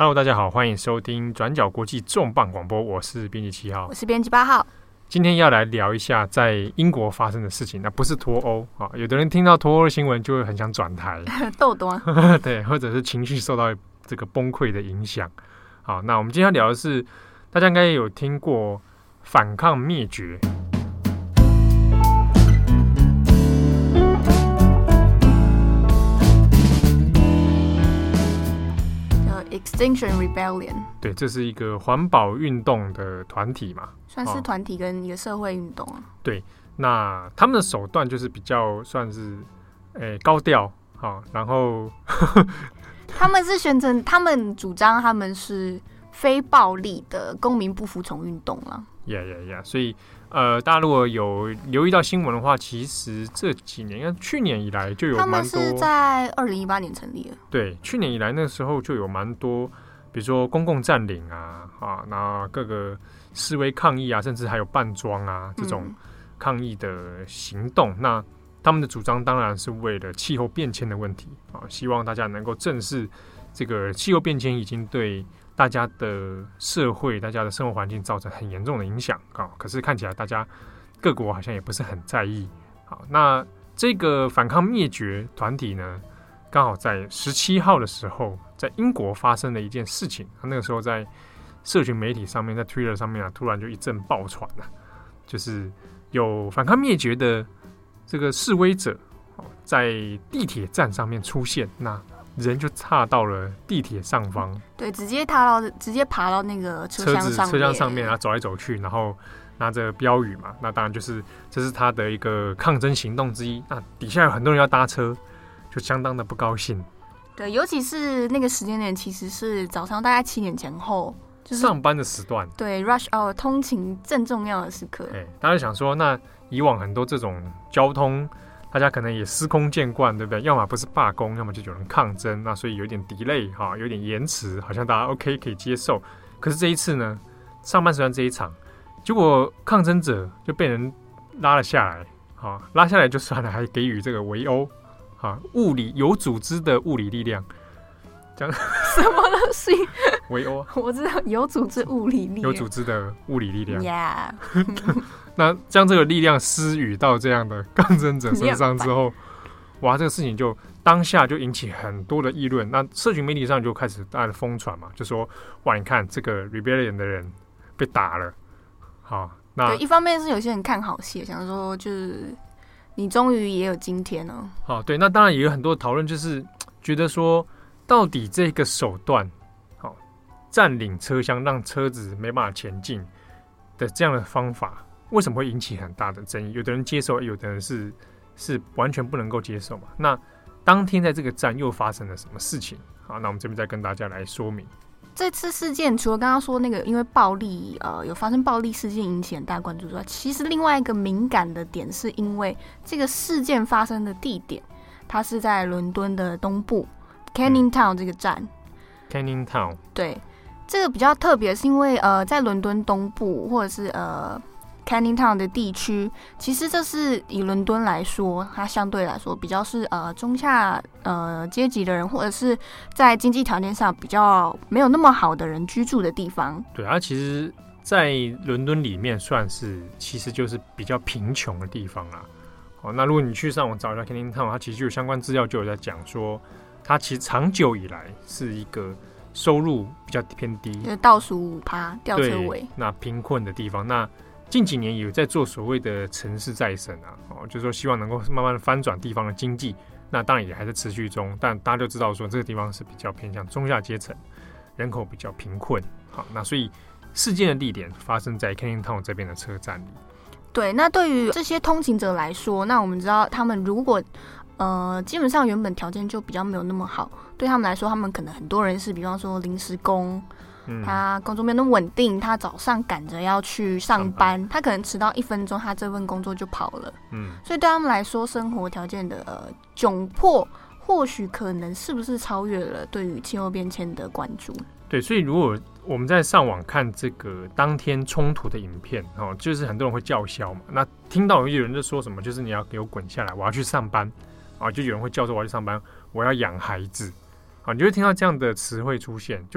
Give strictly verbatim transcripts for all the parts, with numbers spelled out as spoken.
Hello， 大家好，欢迎收听转角国际重磅广播，我是编辑七号， 我是编辑八号。 今天要来聊一下在英国发生的事情，那不是脱欧啊。有的人听到脱欧的新闻就会很想转台， 豆多对，或者是情绪受到这个崩溃的影响。好，那我们今天要聊的是，大家应该有听过反抗灭绝。 Extinction Rebellion， 对，这是一个环保运动的团体嘛， 算是团体跟一个社会运动啊。 对，那他们的手段就是比较算是，诶、高调啊，然后他们是宣称，他们主张他们是非暴力的公民不服从运动了。 呀呀呀！所以呃，大家如果有留意到新闻的话，其实这几年，应该去年以来就有蛮多。 他们是在二零一八年成立的。 对，去年以来那时候就有蛮多，比如说公共占领啊，啊，那各个示威抗议啊，甚至还有扮装啊这种抗议的行动。嗯、那他们的主张当然是为了气候变迁的问题啊，希望大家能够正视这个气候变迁已经对大家的社会、大家的生活环境造成很严重的影响啊。可是看起来大家各国好像也不是很在意。好，那这个反抗灭绝团体呢，刚好在十七号的时候，在英国发生了一件事情。那个时候在社群媒体上面，在 Twitter 上面啊，突然就一阵爆传了、啊，就是有反抗灭绝的这个示威者在地铁站上面出现。那人就踏到了地铁上方， 对，直接踏到，直接爬到那个车厢上面， 车厢上面，然后走来走去，然后拿着标语嘛，那当然就是这是他的一个抗争行动之一。那底下有很多人要搭车，就相当的不高兴。 对，尤其是那个时间点，其实是早上大概七点前后，就是上班的时段， 对 ，rush hour 通勤正重要的时刻。 对，大家想说，那以往很多这种交通。大家可能也司空见惯，对不对？要么不是罢工，要么就有人抗争，那所以有点 delay 哈，有点延迟，好像大家 OK 可以接受。可是这一次呢，上半时段这一场，结果抗争者就被人拉了下来，哈，拉下来就算了，还给予这个围殴，哈，物理有组织的物理力量，这样什么东西？ 围殴？ 我知道有组织物理力量， 有组织的物理力量。 Yeah 那将这个力量施予到这样的抗争者身上之后，哇，这个事情就当下就引起很多的议论。那社群媒体上就开始大家的疯传嘛，就说哇，你看这个 rebellion 的人被打了。好，那对，一方面是有些人看好戏，想说就是你终于也有今天了。 好，对，那当然也有很多讨论，就是觉得说，到底这个手段，好，占领车厢让车子没办法前进的这样的方法。为什么会引起很大的争议？有的人接受，有的人是是完全不能够接受嘛。那当天在这个站又发生了什么事情？好，那我们这边再跟大家来说明。 这次事件除了刚刚说那个因为暴力呃有发生暴力事件引起很大关注之外，其实另外一个敏感的点是因为这个事件发生的地点，它是在伦敦的东部 Canning Town 这个站。嗯、 Canning Town 对，这个比较特别，是因为呃在伦敦东部或者是呃。Canning Town 的地区，其实这是以伦敦来说，它相对来说比较是呃中下呃阶级的人，或者是在经济条件上比较没有那么好的人居住的地方。 对啊，其实，在伦敦里面算是其实就是比较贫穷的地方啦。哦，那如果你去上网找一下 Canning Town， 它其实就有相关资料就有在讲说，它其实长久以来是一个收入比较偏低， 就是倒数五趴吊车尾， 那贫困的地方。那近几年也有在做所谓的城市再生啊，哦，就是说希望能够慢慢翻转地方的经济。那当然也还在持续中，但大家就知道说这个地方是比较偏向中下阶层，人口比较贫困。好，那所以事件的地点发生在 Canning Town 这边的车站里。 对，那对于这些通勤者来说，那我们知道他们如果呃基本上原本条件就比较没有那么好，对他们来说，他们可能很多人是比方说临时工。他工作没有那么稳定，他早上赶着要去上班，上班他可能迟到一分钟，他这份工作就跑了。嗯，所以对他们来说，生活条件的呃窘迫，或许可能是不是超越了对于气候变迁的关注？ 对，所以如果我们在上网看这个当天冲突的影片，哦，就是很多人会叫嚣嘛。那听到有人就说什么，就是你要给我滚下来，我要去上班啊，就有人会叫说我要去上班，我要养孩子啊，你就会听到这样的词汇出现，就是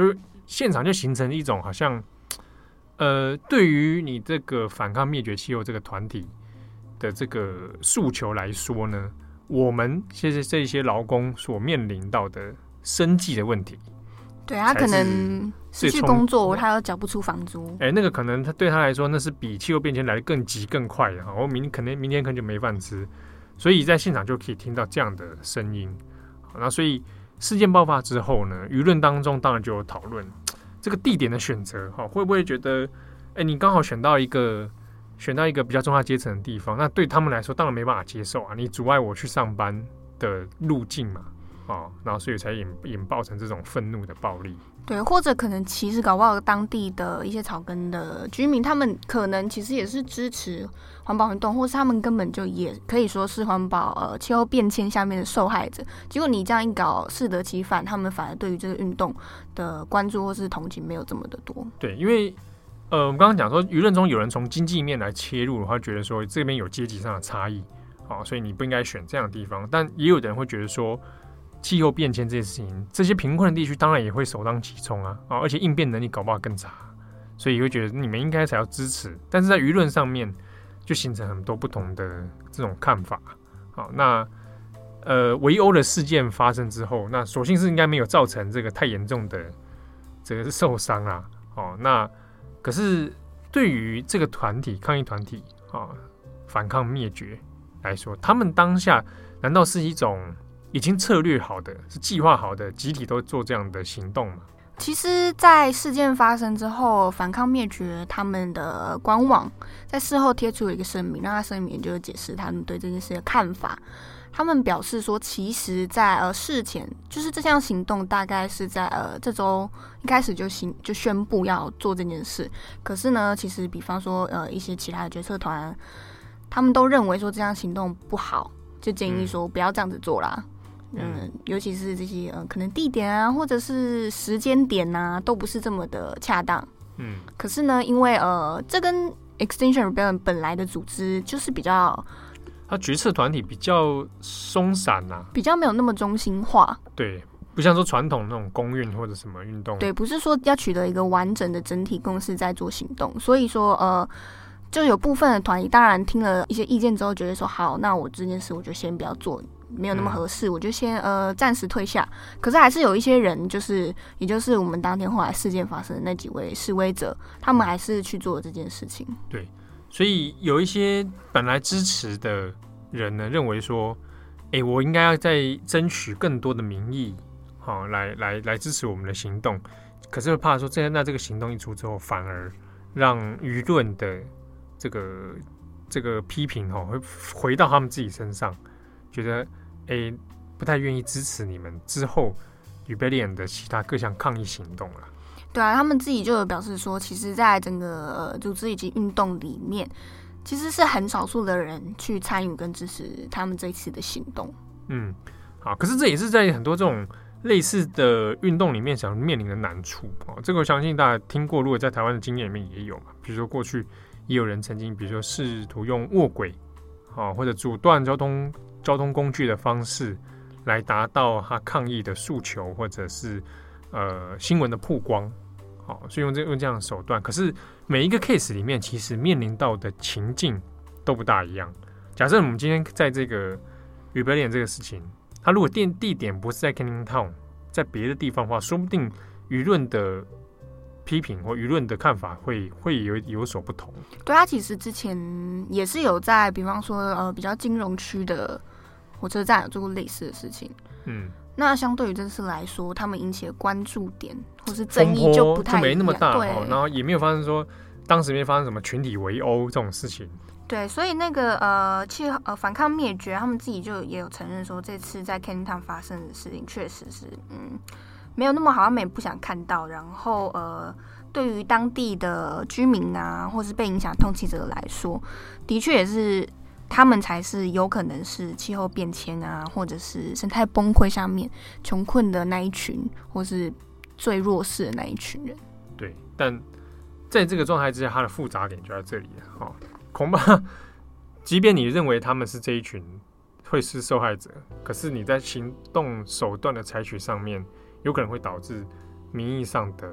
现场就形成一种好像，呃，对于你这个反抗灭绝气候这个团体的这个诉求来说呢，我们现在这些劳工所面临到的生计的问题， 对他可能失去工作，他又缴不出房租， 哎、欸，那个可能他对他来说，那是比气候变迁来的更急更快的。我明可能明天可能就没饭吃，所以在现场就可以听到这样的声音。那所以事件爆发之后呢，舆论当中当然就有讨论这个地点的选择，哈，会不会觉得，哎、欸，你刚好选到一个选到一个比较中下阶层的地方，那对他们来说当然没办法接受啊，你阻碍我去上班的路径嘛，哦，然后所以才引引爆成这种愤怒的暴力。 对，或者可能其实搞不好当地的一些草根的居民，他们可能其实也是支持环保运动，或是他们根本就也可以说是环保呃气候变迁下面的受害者。结果你这样一搞，适得其反，他们反而对于这个运动的关注或是同情没有这么的多。 对，因为呃，我们刚刚讲说，舆论中有人从经济面来切入的话，觉得说这边有阶级上的差异，好、哦，所以你不应该选这样的地方。但也有的人会觉得说，气候变迁这些事情，这些贫困的地区当然也会首当其冲啊，啊，而且应变能力搞不好更差，所以会觉得你们应该才要支持。但是在舆论上面，就形成很多不同的这种看法。好，那呃，围殴的事件发生之后，那所幸是应该没有造成这个太严重的这个受伤啦。哦，那可是对于这个团体抗议团体啊，反抗灭绝来说，他们当下难道是一种已经策略好的、是计划好的，集体都做这样的行动吗？ 其实，在事件发生之后，反抗灭绝他们的官网在事后贴出了一个声明，那他声明就是解释他们对这件事的看法。他们表示说，其实在呃事前，就是这项行动大概是在呃这周一开始就行就宣布要做这件事。可是呢，其实比方说呃一些其他的决策团，他们都认为说这项行动不好，就建议说不要这样子做啦。嗯, 嗯，尤其是这些呃可能地点啊，或者是时间点啊，都不是这么的恰当。嗯，可是呢，因为呃这跟 Extinction Rebellion 本来的组织就是比较。 他决策团体比较松散啊， 比较没有那么中心化。 对，不像说传统那种公运或者什么运动。 对，不是说要取得一个完整的整体共识在做行动。所以说，呃，就有部分的团体当然听了一些意见之后，觉得说好，那我这件事我就先不要做，没有那么合适，嗯、我就先呃暂时退下。可是还是有一些人，就是也就是我们当天后来事件发生的那几位示威者，他们还是去做这件事情。 对。所以有一些本来支持的人呢，认为说，哎、欸，我应该要再争取更多的民意，好、哦，来来来支持我们的行动。可是怕说，这那这个行动一出之后，反而让舆论的这个这个批评哈、哦，会回到他们自己身上，觉得哎、欸，不太愿意支持你们之后 Rebellion 的其他各项抗议行动了。 对啊，他们自己就有表示说，其实在整个、呃、组织以及运动里面，其实是很少数的人去参与跟支持他们这一次的行动。 嗯，好，可是这也是在很多这种类似的运动里面想面临的难处哦。这个我相信大家听过，如果在台湾的经验里面也有嘛，比如说过去也有人曾经，比如说试图用卧轨啊、哦、或者阻断交通交通工具的方式来达到他抗议的诉求，或者是呃新闻的曝光。好，所以用这用这样的手段，可是每一个 case 里面，其实面临到的情境都不大一样。假设我们今天在这个 Rebellion 这个事情，它如果地地点不是在 Canning Town， 在别的地方的话，说不定舆论的批评或舆论的看法会会有有所不同。 对，他其实之前也是有在，比方说呃比较金融区的火车站有做过类似的事情。嗯。那相对于这次来说，他们引起的关注点或是争议就不太一样， 就没那么大，对，然后也没有发生说当时没发生什么群体围殴这种事情。 对，所以那个呃，其实呃反抗灭绝，他们自己就也有承认说，这次在 Canning Town 发生的事情确实是嗯没有那么好，他们也不想看到。然后呃，对于当地的居民啊，或是被影响通勤者来说，的确也是。他们才是有可能是气候变迁啊，或者是生态崩溃下面穷困的那一群，或是最弱势的那一群人。 对，但在这个状态之下，它的复杂点就在这里了。哦，恐怕即便你认为他们是这一群会是受害者，可是你在行动手段的采取上面，有可能会导致民意上的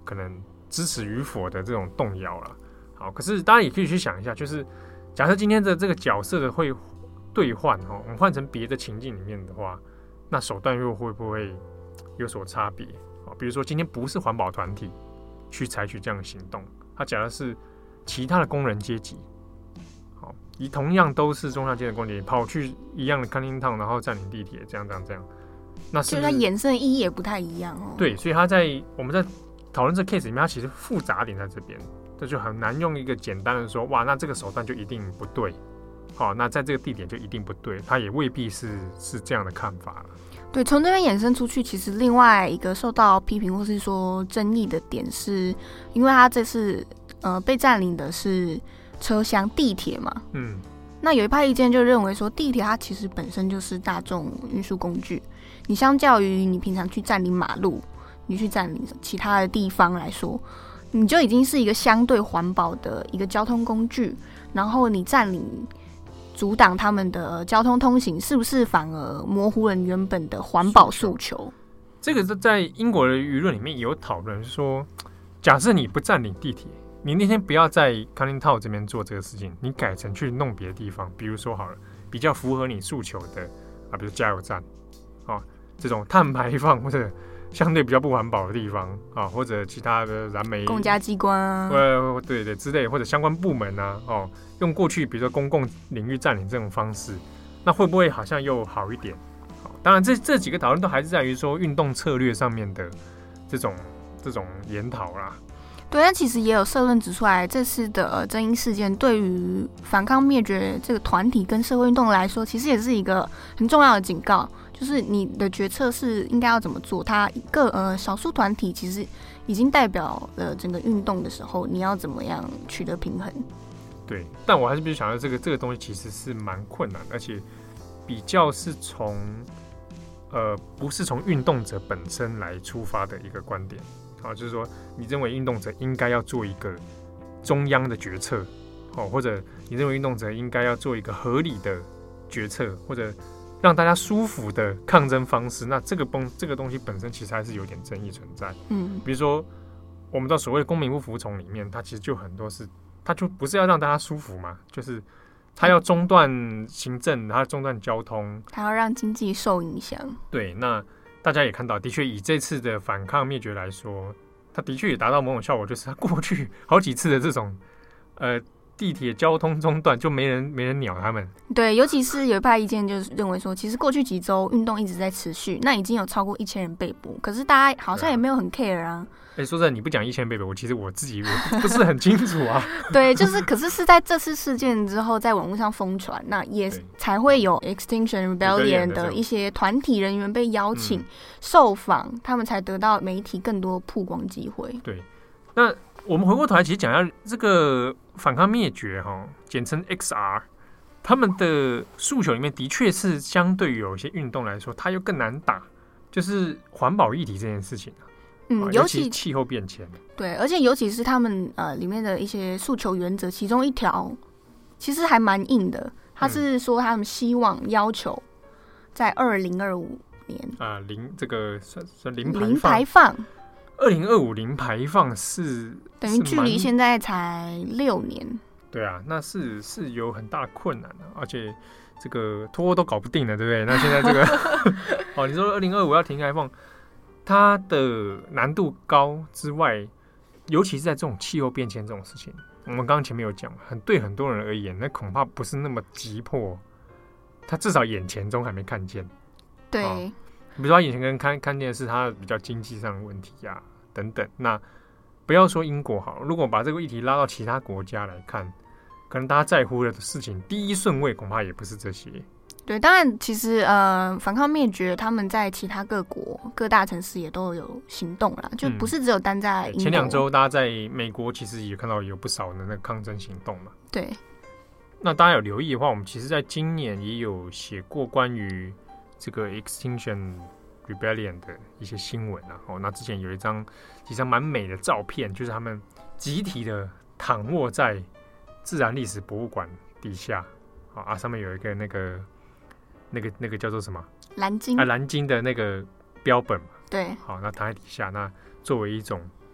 可能支持与否的这种动摇了。好，可是大家也可以去想一下，就是假设今天的这个角色的会兑换哦，我们换成别的情境里面的话，那手段又会不会有所差别？比如说今天不是环保团体去采取这样的行动，它假如是其他的工人阶级，好，以同样都是中下阶的工人阶级跑去一样的 Canning Town， 然后占领地铁，这样这样这样，那是不是它衍生的意义也不太一样哦？ 对，所以它在我们在讨论这 case 里面，它其实复杂点在这边，这就很难用一个简单的说，哇，那这个手段就一定不对，好，那在这个地点就一定不对，它也未必是是这样的看法了。 对，从这边衍生出去，其实另外一个受到批评或是说争议的点是，因为它这次呃被占领的是车厢地铁嘛，嗯，那有一派意见就认为说，地铁它其实本身就是大众运输工具，你相较于你平常去占领马路，你去占领其他的地方来说，你就已经是一个相对环保的一个交通工具，然后你占领阻挡他们的交通通行，是不是反而模糊了原本的环保诉求？ 这个在英国的舆论里面也有讨论说，假设你不占领地铁，你那天不要在 Canning Town 这边做这个事情，你改成去弄别的地方，比如说好了，比较符合你诉求的啊，比如加油站啊，这种碳排放或者相对比较不环保的地方啊，或者其他的燃煤公家机关啊， 对对对之类，或者相关部门啊，哦，用过去比如说公共领域占领这种方式，那会不会好像又好一点？好，当然这这几个讨论都还是在于说运动策略上面的这种这种研讨啦。 对，但其实也有社论指出来，这次的、呃、争议事件对于反抗灭绝这个团体跟社会运动来说，其实也是一个很重要的警告。就是你的决策是应该要怎么做，它各呃少数团体其实已经代表了整个运动的时候，你要怎么样取得平衡？ 对，但我还是必须想到这个这个东西其实是蛮困难的，而且比较是从呃不是从运动者本身来出发的一个观点啊，就是说你认为运动者应该要做一个中央的决策，哦，或者你认为运动者应该要做一个合理的决策，或者让大家舒服的抗争方式，那这个东这个东西本身其实还是有点争议存在。嗯，比如说我们知道所谓的公民不服从里面，它其实就很多是，它就不是要让大家舒服嘛，就是它要中断行政，它要中断交通， 它要让经济受影响。 对，那大家也看到，的确以这次的反抗灭绝来说，它的确也达到某种效果，就是它过去好几次的这种呃。地铁交通中断，就没人没人鸟他们。 对，尤其是有一派意见就是认为说，其实过去几周运动一直在持续，那已经有超过一千人被捕，可是大家好像也没有很 care 啊。 哎、欸，说真的，你不讲一千被捕，我其实我自己我不是很清楚啊。 对，就是，可是是在这次事件之后，在网络上疯传，那也才会有 Extinction Rebellion 的一些团体人员被邀请、嗯、受访，他们才得到媒体更多曝光机会。 对，那。我们回过头来，其实讲一下这个反抗灭绝哈，简称 X R， 他们的诉求里面的确是相对于有一些运动来说，它又更难打，就是环保议题这件事情啊。嗯，尤其气候变迁。 对，而且尤其是他们呃里面的一些诉求原则，其中一条其实还蛮硬的，他是说他们希望要求在二零二五年啊、呃、零这个算算零零排放。 二零二五零排放是等于距离现在才六年， 对啊，那是是有很大的困难的、啊，而且这个拖都搞不定了，对不对？那现在这个，哦，你说二零二五要停排放，它的难度高之外，尤其是在这种气候变迁这种事情，我们刚刚前面有讲，很对很多人而言，那恐怕不是那么急迫，他至少眼前中还没看见， 对。 哦，比如说他眼前跟看看见的是他比较经济上的问题呀、啊、等等，那不要说英国好了，如果把这个议题拉到其他国家来看，可能大家在乎的事情第一顺位恐怕也不是这些。 对，当然其实呃反抗灭绝他们在其他各国各大城市也都有行动啦，就不是只有单在英国、嗯、 前两周大家在美国其实也看到有不少的那个抗争行动嘛。 对， 那大家有留意的话，我们其实在今年也有写过关于这个 Extinction Rebellion 的一些新闻啊，哦，那之前有一张几张蛮美的照片，就是他们集体的躺卧在自然历史博物馆底下，哦、啊，上面有一个那个那个那个叫做什么蓝鲸啊，蓝鲸的那个标本嘛， 对， 好，那躺在底下，那作为一种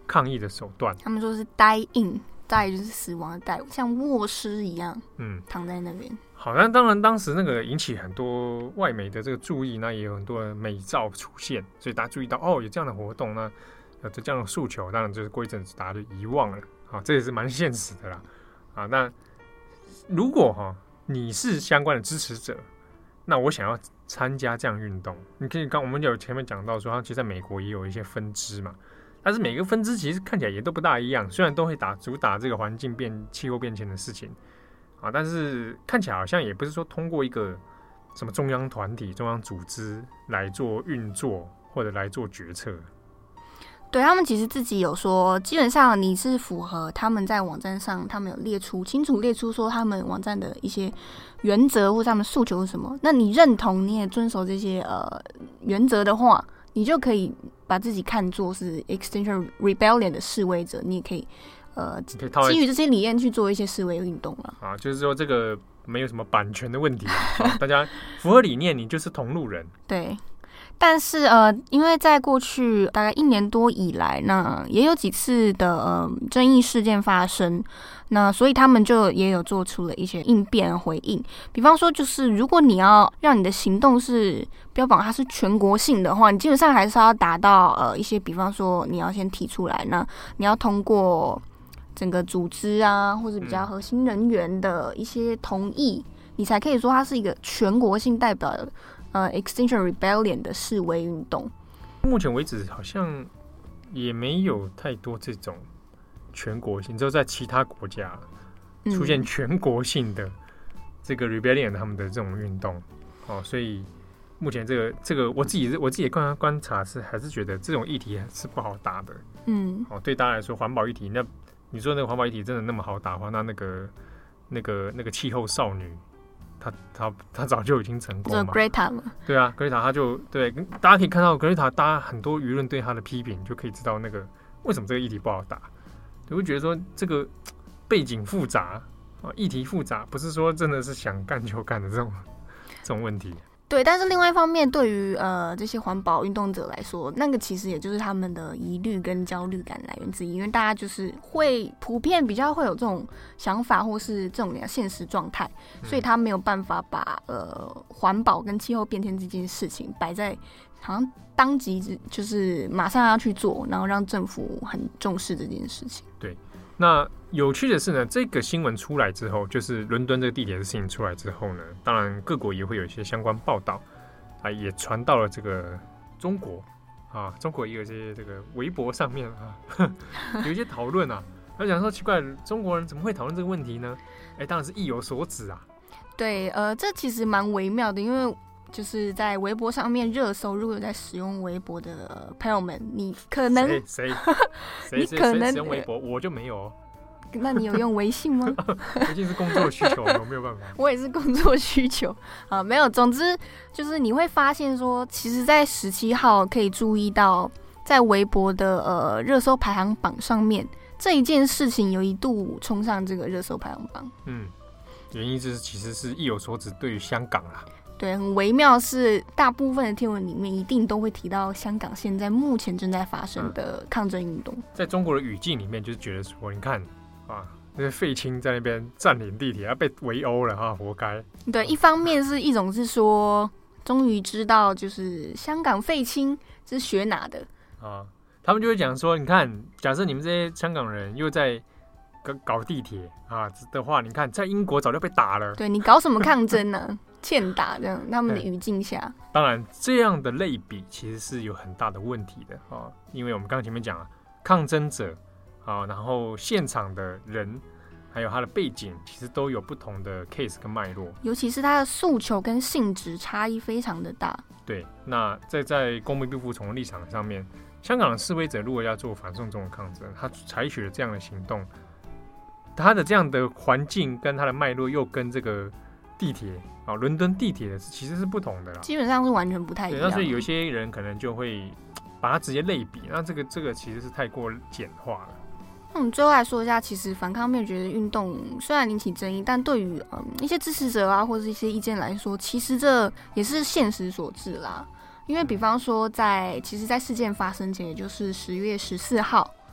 抗议的手段。 他们说是 die in，die 就是死亡的 die， 像卧尸一样，嗯，躺在那边。 好，那当然，当时那个引起很多外媒的这个注意，那也有很多的美照出现，所以大家注意到哦，有这样的活动，那有这样的诉求，当然就是过一阵子大家就遗忘了。啊，这也是蛮现实的啦。啊，那如果哈、哦、你是相关的支持者，那我想要参加这样运动，你可以刚我们有前面讲到说，它其实在美国也有一些分支嘛，但是每个分支其实看起来也都不大一样，虽然都会打主打这个环境变、气候变迁的事情啊，但是看起来好像也不是说通过一个什么中央团体、中央组织来做运作或者来做决策。 对，他们其实自己有说，基本上你是符合他们在网站上，他们有列出清楚列出说他们网站的一些原则或者他们诉求是什么。那你认同你也遵守这些呃原则的话，你就可以把自己看作是 Extinction Rebellion 的示威者，你也可以呃基于这些理念去做一些示威运动了。 啊，就是说这个没有什么版权的问题，啊、大家符合理念，你就是同路人。 对。但是呃，因为在过去大概一年多以来，那也有几次的呃争议事件发生，那所以他们就也有做出了一些应变回应。比方说，就是如果你要让你的行动是标榜它是全国性的话，你基本上还是要达到呃一些，比方说你要先提出来，那你要通过整个组织啊，或者比较核心人员的一些同意，你才可以说它是一个全国性代表的。呃 ，Extinction Rebellion 的示威运动， 目前为止好像也没有太多这种全国性，只有在其他国家出现全国性的这个 Rebellion 他们的这种运动、嗯、哦，所以目前这个这个我自己我自己观观察是还是觉得这种议题是不好打的，嗯，哦，对大家来说环保议题，那你说那个环保议题真的那么好打的话，那那个那个那个气候少女。他他他早就已经成功了嘛 ，Greta 嘛， 对啊 ，Greta 他就对，大家可以看到 Greta， 大家很多舆论对他的批评，就可以知道那个为什么这个议题不好打。我会觉得说这个背景复杂啊，议题复杂，不是说真的是想干就干的这种这种问题。 对，但是另外一方面，对于呃这些环保运动者来说，那个其实也就是他们的疑虑跟焦虑感来源之一，因为大家就是会普遍比较会有这种想法，或是这种现实状态，所以他没有办法把呃环保跟气候变迁这件事情摆在好像当即就是马上要去做，然后让政府很重视这件事情。 对。那有趣的是呢，这个新闻出来之后，就是伦敦这个地铁的事情出来之后呢，当然各国也会有一些相关报道啊，也传到了这个中国啊，中国也有一些这个微博上面啊，有一些讨论啊，他讲说奇怪，中国人怎么会讨论这个问题呢？哎，当然是意有所指啊。 对，呃，这其实蛮微妙的，因为就是在微博上面热搜，如果有在使用微博的朋友们，你可能谁谁谁使用微博，我就没有、哦。 那你有用微信吗？ 微信是工作需求，我没有办法。 我也是工作需求啊，没有。总之就是你会发现说，其实，在十七号可以注意到，在微博的呃热搜排行榜上面，这一件事情有一度冲上这个热搜排行榜。嗯， 原因就是其实是意有所指，对于香港啦。 对，很微妙是大部分的贴文里面一定都会提到香港现在目前正在发生的抗争运动、嗯。在中国的语境里面，就是觉得说，你看啊，那些废青在那边占领地铁，要被围殴了啊，活该。 对，一方面是一种是说，终于知道就是香港废青是学哪的啊，他们就会讲说，你看，假设你们这些香港人又在搞地铁啊的话，你看在英国早就被打了。 对，你搞什么抗争呢、啊？欠打这样，他们的语境下， 当然这样的类比其实是有很大的问题的啊，因为我们刚刚前面讲了，抗争者啊，然后现场的人，还有他的背景，其实都有不同的 case 跟脉络， 尤其是他的诉求跟性质差异非常的大。 对，那在在公民不服从的立场上面，香港的示威者如果要做反送中的抗争，他采取了这样的行动，他的这样的环境跟他的脉络又跟这个地铁啊，伦敦地铁其实是不同的啦， 基本上是完全不太一样。 对，那所以有些人可能就会把它直接类比，那这个这个其实是太过简化了。 那我们最后来说一下，其实反抗灭绝的运动虽然引起争议，但对于嗯一些支持者啊，或者是一些意见来说，其实这也是现实所致啦。因为比方说在，其实，在事件发生前，也就是十月十四号，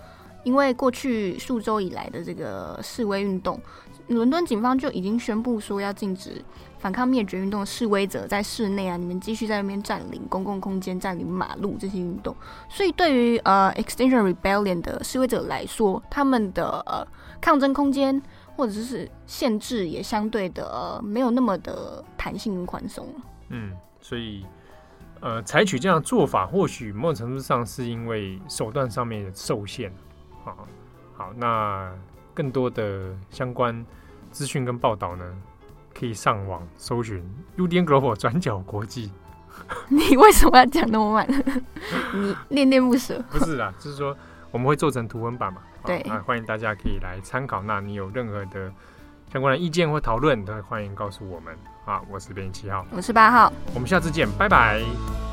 因为过去数周以来的这个示威运动，伦敦警方就已经宣布说要禁止反抗灭绝运动的示威者在室内啊，你们继续在那边占领公共空间、占领马路这些运动。所以对于呃 Extinction Rebellion 的示威者来说，他们的呃抗争空间或者是限制也相对的、呃、没有那么的弹性跟宽松。 嗯，所以呃采取这样的做法，或许某种程度上是因为手段上面的受限。好，好，那更多的相关资讯跟报道呢，可以上网搜寻 U D N Global 转角国际。 你为什么要讲那么慢？你恋恋不舍？ 不是啦，就是说我们会做成图文版嘛。 对， 那欢迎大家可以来参考。那你有任何的相关的意见或讨论，都欢迎告诉我们。啊，我是编辑七号， 我是八号， 我们下次见，拜拜。